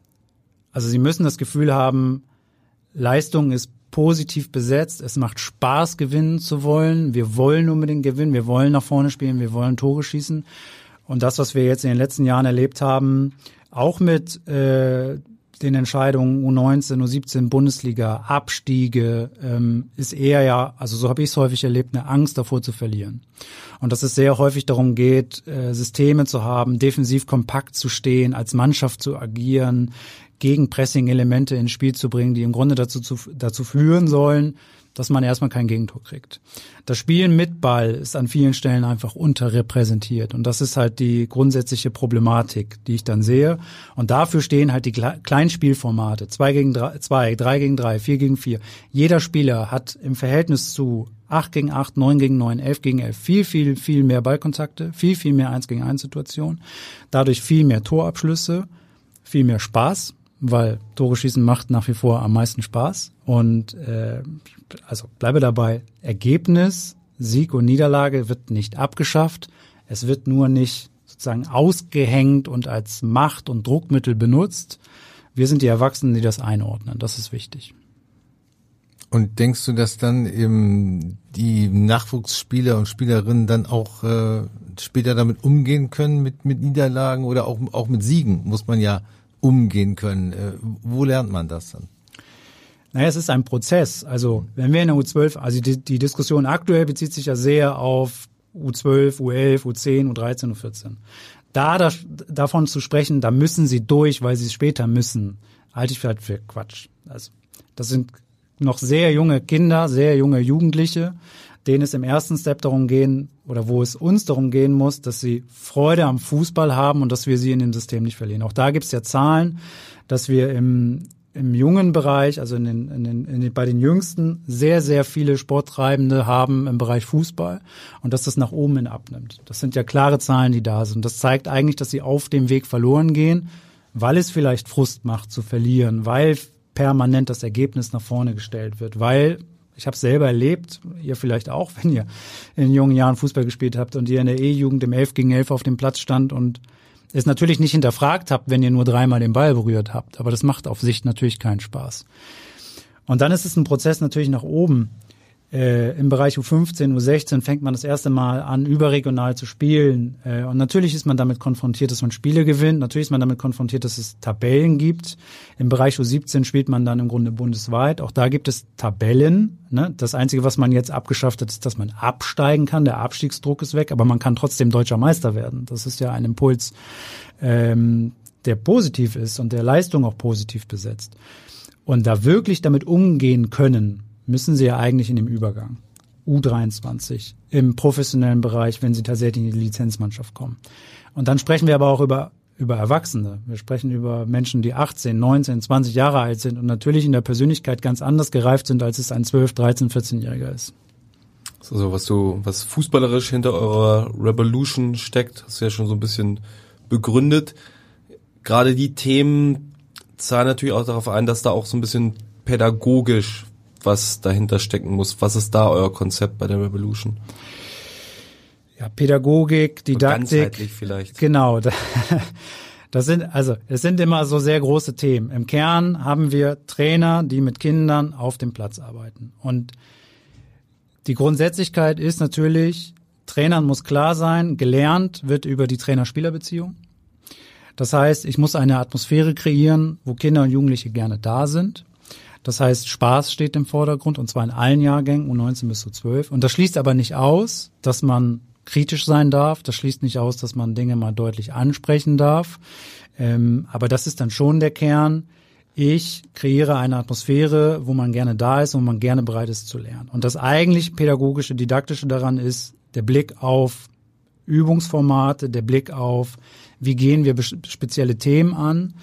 also sie müssen das Gefühl haben, Leistung ist positiv besetzt, es macht Spaß, gewinnen zu wollen, wir wollen unbedingt gewinnen, wir wollen nach vorne spielen, wir wollen Tore schießen. Und das, was wir jetzt in den letzten Jahren erlebt haben, auch mit äh, den Entscheidungen U neunzehn, U siebzehn, Bundesliga, Abstiege, ähm, ist eher ja, also so habe ich es häufig erlebt, eine Angst davor zu verlieren. Und dass es sehr häufig darum geht, äh, Systeme zu haben, defensiv kompakt zu stehen, als Mannschaft zu agieren, Gegenpressing-Elemente ins Spiel zu bringen, die im Grunde dazu, zu, dazu führen sollen, dass man erstmal kein Gegentor kriegt. Das Spielen mit Ball ist an vielen Stellen einfach unterrepräsentiert. Und das ist halt die grundsätzliche Problematik, die ich dann sehe. Und dafür stehen halt die Kleinspielformate. Zwei gegen drei, zwei, drei gegen drei, vier gegen vier. Jeder Spieler hat im Verhältnis zu acht gegen acht, neun gegen neun, elf gegen elf viel, viel, viel mehr Ballkontakte, viel, viel mehr eins gegen eins Situationen. Dadurch viel mehr Torabschlüsse, viel mehr Spaß, weil Tore schießen macht nach wie vor am meisten Spaß. Und äh, also bleibe dabei, Ergebnis, Sieg und Niederlage wird nicht abgeschafft. Es wird nur nicht sozusagen ausgehängt und als Macht- und Druckmittel benutzt. Wir sind die Erwachsenen, die das einordnen. Das ist wichtig. Und denkst du, dass dann eben die Nachwuchsspieler und Spielerinnen dann auch äh, später damit umgehen können, mit mit Niederlagen oder auch auch mit Siegen muss man ja umgehen können? Äh, wo lernt man das dann? Naja, es ist ein Prozess. Also wenn wir in der U zwölf, also die, die Diskussion aktuell bezieht sich ja sehr auf U zwölf, U elf, U zehn, U dreizehn, U vierzehn. Da, da davon zu sprechen, da müssen sie durch, weil sie es später müssen, halte ich vielleicht für Quatsch. Also das sind noch sehr junge Kinder, sehr junge Jugendliche, denen es im ersten Step darum gehen oder wo es uns darum gehen muss, dass sie Freude am Fußball haben und dass wir sie in dem System nicht verlieren. Auch da gibt es ja Zahlen, dass wir im im jungen Bereich, also in den, in den, in den, bei den Jüngsten, sehr, sehr viele Sporttreibende haben im Bereich Fußball und dass das nach oben hin abnimmt. Das sind ja klare Zahlen, die da sind. Das zeigt eigentlich, dass sie auf dem Weg verloren gehen, weil es vielleicht Frust macht zu verlieren, weil permanent das Ergebnis nach vorne gestellt wird, weil, ich habe es selber erlebt, ihr vielleicht auch, wenn ihr in jungen Jahren Fußball gespielt habt und ihr in der E-Jugend im elf gegen elf auf dem Platz stand und es natürlich nicht hinterfragt habt, wenn ihr nur dreimal den Ball berührt habt. Aber das macht auf Sicht natürlich keinen Spaß. Und dann ist es ein Prozess natürlich nach oben. Äh, im Bereich U fünfzehn, U sechzehn fängt man das erste Mal an, überregional zu spielen. Äh, und natürlich ist man damit konfrontiert, dass man Spiele gewinnt. Natürlich ist man damit konfrontiert, dass es Tabellen gibt. Im Bereich U siebzehn spielt man dann im Grunde bundesweit. Auch da gibt es Tabellen. Ne? Das Einzige, was man jetzt abgeschafft hat, ist, dass man absteigen kann. Der Abstiegsdruck ist weg, aber man kann trotzdem deutscher Meister werden. Das ist ja ein Impuls, ähm, der positiv ist und der Leistung auch positiv besetzt. Und da wirklich damit umgehen können, müssen sie ja eigentlich in dem Übergang. U dreiundzwanzig, im professionellen Bereich, wenn sie tatsächlich in die Lizenzmannschaft kommen. Und dann sprechen wir aber auch über, über Erwachsene. Wir sprechen über Menschen, die achtzehn, neunzehn, zwanzig Jahre alt sind und natürlich in der Persönlichkeit ganz anders gereift sind, als es ein zwölf, dreizehn, vierzehnjähriger ist. Also was du, was fußballerisch hinter eurer Revolution steckt, hast du ja schon so ein bisschen begründet. Gerade die Themen zahlen natürlich auch darauf ein, dass da auch so ein bisschen pädagogisch was dahinter stecken muss. Was ist da euer Konzept bei der Revolution? Ja, Pädagogik, Didaktik. Und ganzheitlich vielleicht. Genau. Das sind, also, es sind immer so sehr große Themen. Im Kern haben wir Trainer, die mit Kindern auf dem Platz arbeiten. Und die Grundsätzlichkeit ist natürlich, Trainern muss klar sein, gelernt wird über die Trainer-Spieler-Beziehung. Das heißt, ich muss eine Atmosphäre kreieren, wo Kinder und Jugendliche gerne da sind. Das heißt, Spaß steht im Vordergrund, und zwar in allen Jahrgängen, U neunzehn bis U zwölf. Und das schließt aber nicht aus, dass man kritisch sein darf. Das schließt nicht aus, dass man Dinge mal deutlich ansprechen darf. Ähm, aber das ist dann schon der Kern. Ich kreiere eine Atmosphäre, wo man gerne da ist und wo man gerne bereit ist zu lernen. Und das eigentlich pädagogische, didaktische daran ist der Blick auf Übungsformate, der Blick auf, wie gehen wir spezielle Themen an.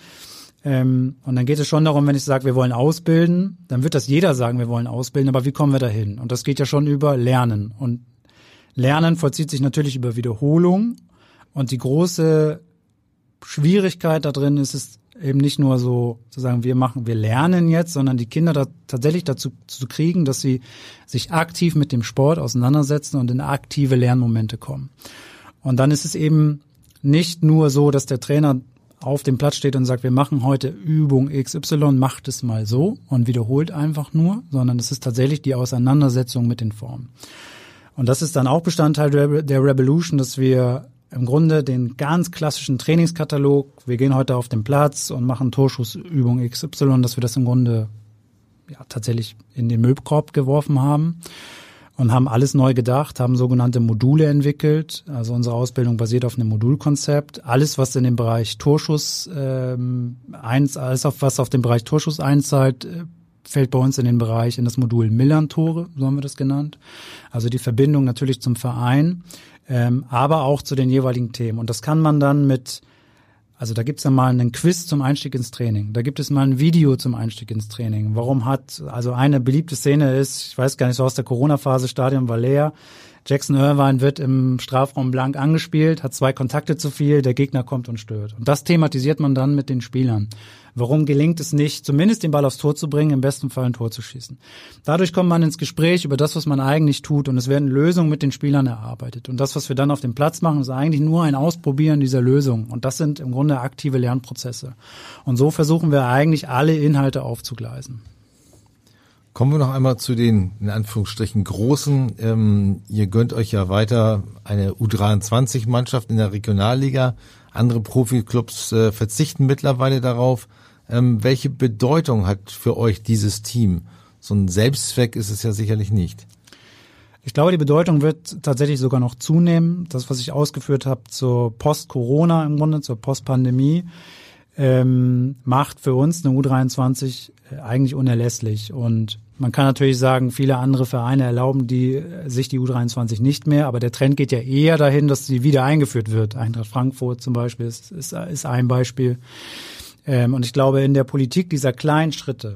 Ähm, und dann geht es schon darum, wenn ich sage, wir wollen ausbilden, dann wird das jeder sagen, wir wollen ausbilden, aber wie kommen wir dahin? Und das geht ja schon über Lernen. Und Lernen vollzieht sich natürlich über Wiederholung. Und die große Schwierigkeit da drin ist es eben nicht nur so zu sagen, wir machen, wir lernen jetzt, sondern die Kinder da tatsächlich dazu zu kriegen, dass sie sich aktiv mit dem Sport auseinandersetzen und in aktive Lernmomente kommen. Und dann ist es eben nicht nur so, dass der Trainer auf dem Platz steht und sagt, wir machen heute Übung X Y, macht es mal so und wiederholt einfach nur, sondern es ist tatsächlich die Auseinandersetzung mit den Formen. Und das ist dann auch Bestandteil der Revolution, dass wir im Grunde den ganz klassischen Trainingskatalog, wir gehen heute auf den Platz und machen Torschussübung X Y, dass wir das im Grunde ja tatsächlich in den Müllkorb geworfen haben und haben alles neu gedacht, haben sogenannte Module entwickelt. Also unsere Ausbildung basiert auf einem Modulkonzept. Alles, was in den Bereich Torschuss ähm, eins, alles auf was auf den Bereich Torschuss einzahlt, äh, fällt bei uns in den Bereich, in das Modul Millern-Tore, so haben wir das genannt. Also die Verbindung natürlich zum Verein, ähm, aber auch zu den jeweiligen Themen. Und das kann man dann mit, also da gibt's dann mal einen Quiz zum Einstieg ins Training. Da gibt es mal ein Video zum Einstieg ins Training. Warum hat, also eine beliebte Szene ist, ich weiß gar nicht, so aus der Corona-Phase, Stadion war leer, Jackson Irvine wird im Strafraum blank angespielt, hat zwei Kontakte zu viel, der Gegner kommt und stört. Und das thematisiert man dann mit den Spielern. Warum gelingt es nicht, zumindest den Ball aufs Tor zu bringen, im besten Fall ein Tor zu schießen? Dadurch kommt man ins Gespräch über das, was man eigentlich tut, und es werden Lösungen mit den Spielern erarbeitet. Und das, was wir dann auf dem Platz machen, ist eigentlich nur ein Ausprobieren dieser Lösung. Und das sind im Grunde aktive Lernprozesse. Und so versuchen wir eigentlich alle Inhalte aufzugleisen. Kommen wir noch einmal zu den, in Anführungsstrichen, Großen. Ähm, ihr gönnt euch ja weiter eine U dreiundzwanzig-Mannschaft in der Regionalliga. Andere Profiklubs äh, verzichten mittlerweile darauf. Ähm, welche Bedeutung hat für euch dieses Team? So ein Selbstzweck ist es ja sicherlich nicht. Ich glaube, die Bedeutung wird tatsächlich sogar noch zunehmen. Das, was ich ausgeführt habe zur Post-Corona im Grunde, zur Post-Pandemie, ähm, macht für uns eine U dreiundzwanzig eigentlich unerlässlich. Und man kann natürlich sagen, viele andere Vereine erlauben die sich die U dreiundzwanzig nicht mehr, aber der Trend geht ja eher dahin, dass sie wieder eingeführt wird. Eintracht Frankfurt zum Beispiel ist, ist, ist ein Beispiel. Ähm, und ich glaube, in der Politik dieser kleinen Schritte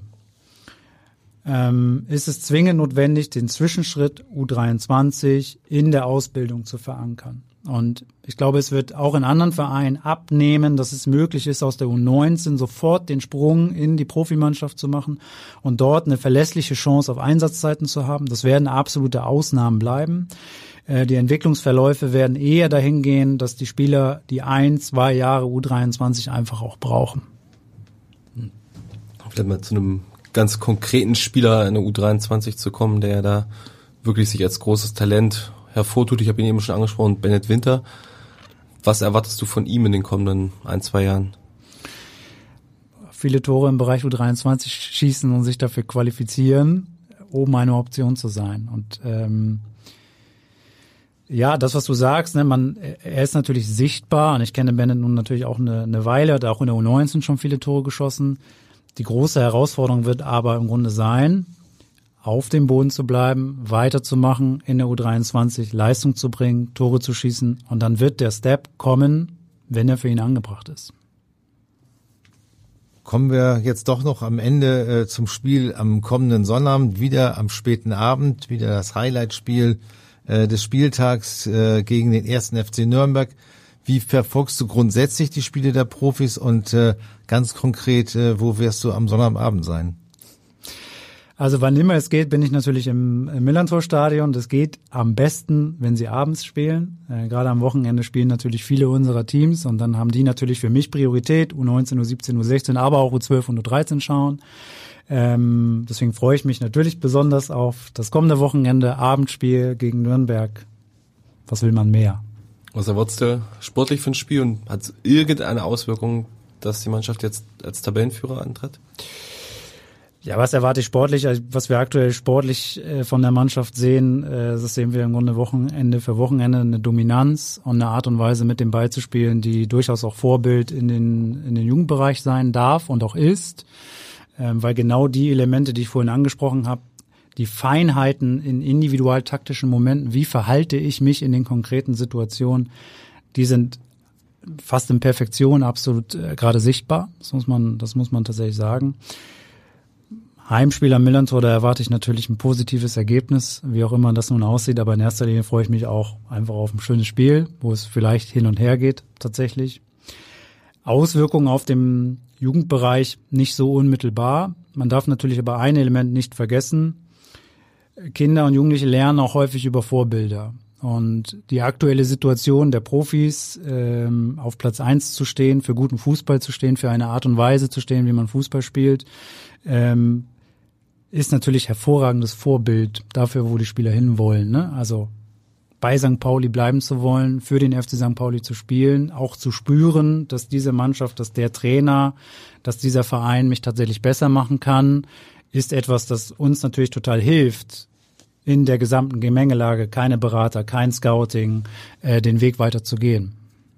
ähm, ist es zwingend notwendig, den Zwischenschritt U dreiundzwanzig in der Ausbildung zu verankern. Und ich glaube, es wird auch in anderen Vereinen abnehmen, dass es möglich ist, aus der U neunzehn sofort den Sprung in die Profimannschaft zu machen und dort eine verlässliche Chance auf Einsatzzeiten zu haben. Das werden absolute Ausnahmen bleiben. Die Entwicklungsverläufe werden eher dahin gehen, dass die Spieler die ein, zwei Jahre U dreiundzwanzig einfach auch brauchen. Vielleicht mal zu einem ganz konkreten Spieler in der U dreiundzwanzig zu kommen, der da wirklich sich als großes Talent hervortut. Ich habe ihn eben schon angesprochen, Bennett Winter. Was erwartest du von ihm in den kommenden ein, zwei Jahren? Viele Tore im Bereich U dreiundzwanzig schießen und sich dafür qualifizieren, oben eine Option zu sein. Und ähm, ja, das, was du sagst, ne, man, er ist natürlich sichtbar, und ich kenne Bennett nun natürlich auch eine, eine Weile, hat auch in der U neunzehn schon viele Tore geschossen. Die große Herausforderung wird aber im Grunde sein, auf dem Boden zu bleiben, weiterzumachen in der U dreiundzwanzig, Leistung zu bringen, Tore zu schießen, und dann wird der Step kommen, wenn er für ihn angebracht ist. Kommen wir jetzt doch noch am Ende äh, zum Spiel am kommenden Sonnabend, wieder am späten Abend, wieder das Highlight-Spiel äh, des Spieltags äh, gegen den ersten F C Nürnberg. Wie verfolgst du grundsätzlich die Spiele der Profis und äh, ganz konkret, äh, wo wirst du am Sonnabendabend sein? Also wann immer es geht, bin ich natürlich im, im Millerntor-Stadion. Das geht am besten, wenn sie abends spielen. Äh, gerade am Wochenende spielen natürlich viele unserer Teams, und dann haben die natürlich für mich Priorität, U neunzehn, U siebzehn, U sechzehn, aber auch U zwölf und U dreizehn schauen. Ähm, deswegen freue ich mich natürlich besonders auf das kommende Wochenende, Abendspiel gegen Nürnberg. Was will man mehr? Was erwartest du sportlich für ein Spiel, und hat es irgendeine Auswirkung, dass die Mannschaft jetzt als Tabellenführer antritt? Ja, was erwarte ich sportlich? Was wir aktuell sportlich äh, von der Mannschaft sehen, äh, das sehen wir im Grunde Wochenende für Wochenende, eine Dominanz und eine Art und Weise mit dem Ball zu spielen, die durchaus auch Vorbild in den in den Jugendbereich sein darf und auch ist, ähm, weil genau die Elemente, die ich vorhin angesprochen habe, die Feinheiten in individualtaktischen Momenten, wie verhalte ich mich in den konkreten Situationen, die sind fast in Perfektion absolut äh, gerade sichtbar. Das muss man, das muss man tatsächlich sagen. Heimspiel am Millerntor, da erwarte ich natürlich ein positives Ergebnis, wie auch immer das nun aussieht, aber in erster Linie freue ich mich auch einfach auf ein schönes Spiel, wo es vielleicht hin und her geht tatsächlich. Auswirkungen auf dem Jugendbereich nicht so unmittelbar. Man darf natürlich aber ein Element nicht vergessen. Kinder und Jugendliche lernen auch häufig über Vorbilder. Und die aktuelle Situation der Profis, ähm, auf Platz eins zu stehen, für guten Fußball zu stehen, für eine Art und Weise zu stehen, wie man Fußball spielt, ähm, ist natürlich hervorragendes Vorbild dafür, wo die Spieler hinwollen. Ne? Also bei Sankt Pauli bleiben zu wollen, für den F C Sankt Pauli zu spielen, auch zu spüren, dass diese Mannschaft, dass der Trainer, dass dieser Verein mich tatsächlich besser machen kann, ist etwas, das uns natürlich total hilft, in der gesamten Gemengelage, keine Berater, kein Scouting, äh, den Weg weiter zu gehen.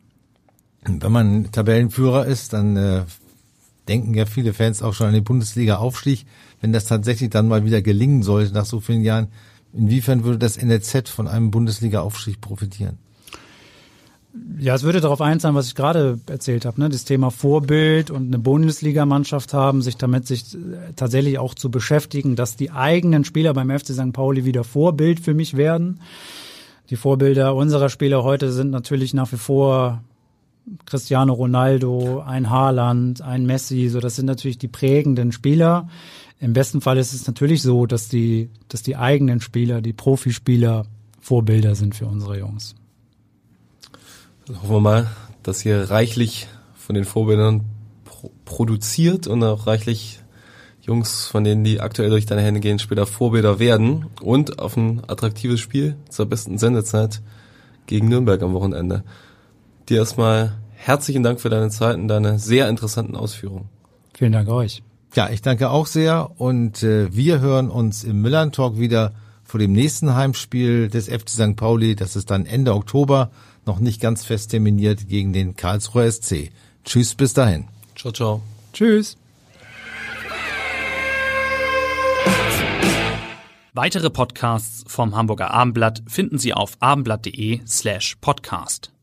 Wenn man Tabellenführer ist, dann äh, denken ja viele Fans auch schon an den Bundesliga-Aufstieg. Wenn das tatsächlich dann mal wieder gelingen sollte nach so vielen Jahren, inwiefern würde das N L Z von einem Bundesliga-Aufstieg profitieren? Ja, es würde darauf einzahlen, was ich gerade erzählt habe, ne? Das Thema Vorbild und eine Bundesligamannschaft haben, sich damit sich tatsächlich auch zu beschäftigen, dass die eigenen Spieler beim F C Sankt Pauli wieder Vorbild für mich werden. Die Vorbilder unserer Spieler heute sind natürlich nach wie vor Cristiano Ronaldo, ein Haaland, ein Messi, so das sind natürlich die prägenden Spieler. Im besten Fall ist es natürlich so, dass die, dass die eigenen Spieler, die Profispieler Vorbilder sind für unsere Jungs. Dann hoffen wir mal, dass hier reichlich von den Vorbildern pro- produziert und auch reichlich Jungs, von denen die aktuell durch deine Hände gehen, später Vorbilder werden und auf ein attraktives Spiel zur besten Sendezeit gegen Nürnberg am Wochenende. Dir erstmal herzlichen Dank für deine Zeit und deine sehr interessanten Ausführungen. Vielen Dank euch. Ja, ich danke auch sehr und äh, wir hören uns im Millern Talk wieder vor dem nächsten Heimspiel des F C Sankt Pauli. Das ist dann Ende Oktober, noch nicht ganz fest terminiert, gegen den Karlsruher S C. Tschüss, bis dahin. Ciao, ciao. Tschüss. Weitere Podcasts vom Hamburger Abendblatt finden Sie auf abendblatt.de slash podcast.